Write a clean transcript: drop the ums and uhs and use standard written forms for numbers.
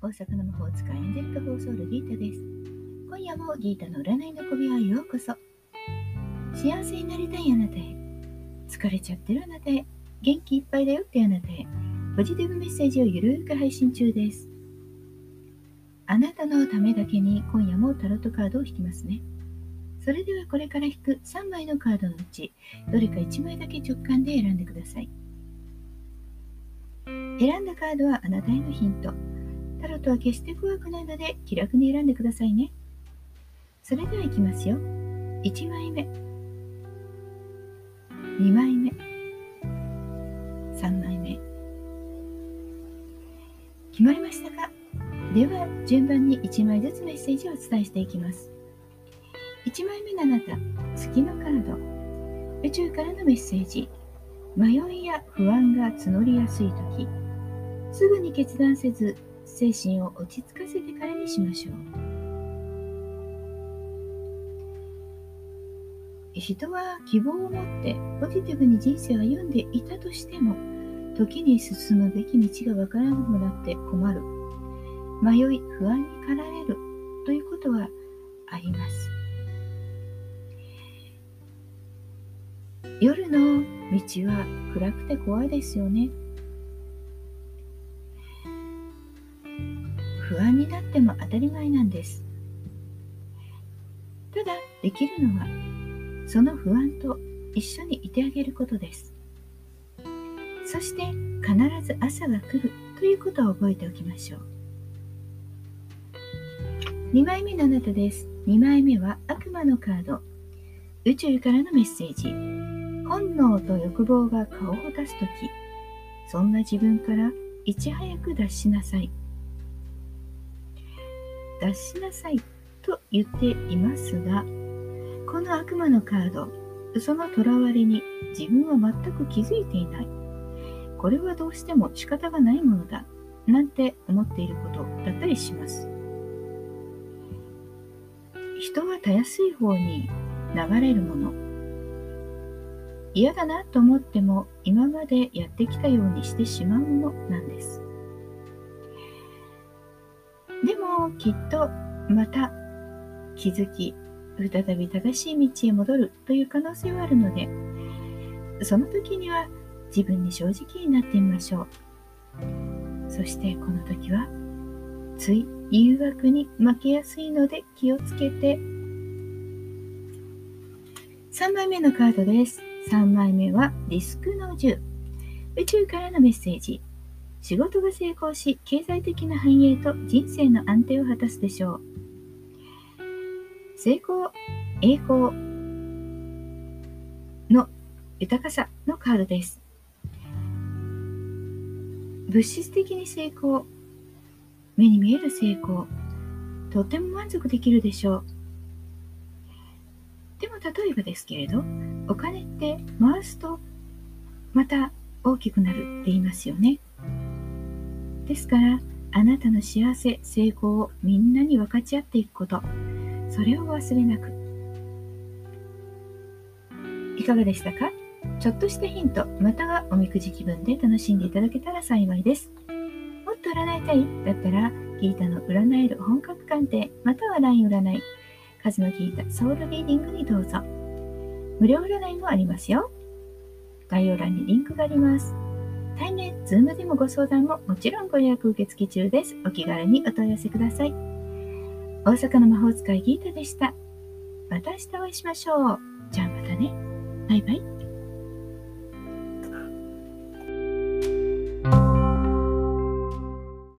阪の魔法使いエンジェルカ放送ルギータです。今夜もギータの占いの小部屋へようこそ。幸せになりたいあなたへ、疲れちゃってるあなたへ、元気いっぱいだよってあなたへ、ポジティブメッセージをゆるーく配信中です。あなたのためだけに今夜もタロットカードを引きますね。それではこれから引く3枚のカードのうちどれか1枚だけ直感で選んでください。選んだカードはあなたへのヒント。タロットは決して怖くないので気楽に選んでくださいね。それではいきますよ。1枚目、2枚目、3枚目。決まりましたか？では順番に1枚ずつメッセージをお伝えしていきます。1枚目のあなた、月のカード。宇宙からのメッセージ。迷いや不安が募りやすいとき、すぐに決断せず精神を落ち着かせてからにしましょう。人は希望を持ってポジティブに人生を歩んでいたとしても、時に進むべき道がわからなくなって困る、迷い不安に駆られるということはあります。夜の道は暗くて怖いですよね。不安になっても当たり前なんです。ただできるのはその不安と一緒にいてあげることです。そして必ず朝が来るということを覚えておきましょう。2枚目のあなたです。2枚目は悪魔のカード。宇宙からのメッセージ。本能と欲望が顔を出すとき、そんな自分からいち早く脱しなさい。脱しなさいと言っていますが、この悪魔のカード、その囚われに自分は全く気づいていない。これはどうしても仕方がないものだ、なんて思っていることだったりします。人はたやすい方に流れるもの。嫌だなと思っても今までやってきたようにしてしまうものなんです。でもきっとまた気づき、再び正しい道へ戻るという可能性はあるので、その時には自分に正直になってみましょう。そしてこの時はつい誘惑に負けやすいので気をつけて。3枚目のカードです。3枚目はリスクの10。宇宙からのメッセージ。仕事が成功し、経済的な繁栄と人生の安定を果たすでしょう。成功、栄光の豊かさのカードです。物質的に成功、目に見える成功、とても満足できるでしょう。でも例えばですけれど、お金って回すとまた大きくなるって言いますよね。ですからあなたの幸せ、成功をみんなに分かち合っていくこと、それを忘れなく。いかがでしたか？ちょっとしたヒント、またはおみくじ気分で楽しんでいただけたら幸いです。もっと占いたいだったら、ギータの占える本格鑑定、または LINE 占い、数の聞いたソウルリーディングにどうぞ。無料占いもありますよ。概要欄にリンクがあります。対面、Zoom でもご相談ももちろんご予約受付中です。お気軽にお問い合わせください。大阪の魔法使いギータでした。また明日お会いしましょう。じゃあまたね。バイバイ。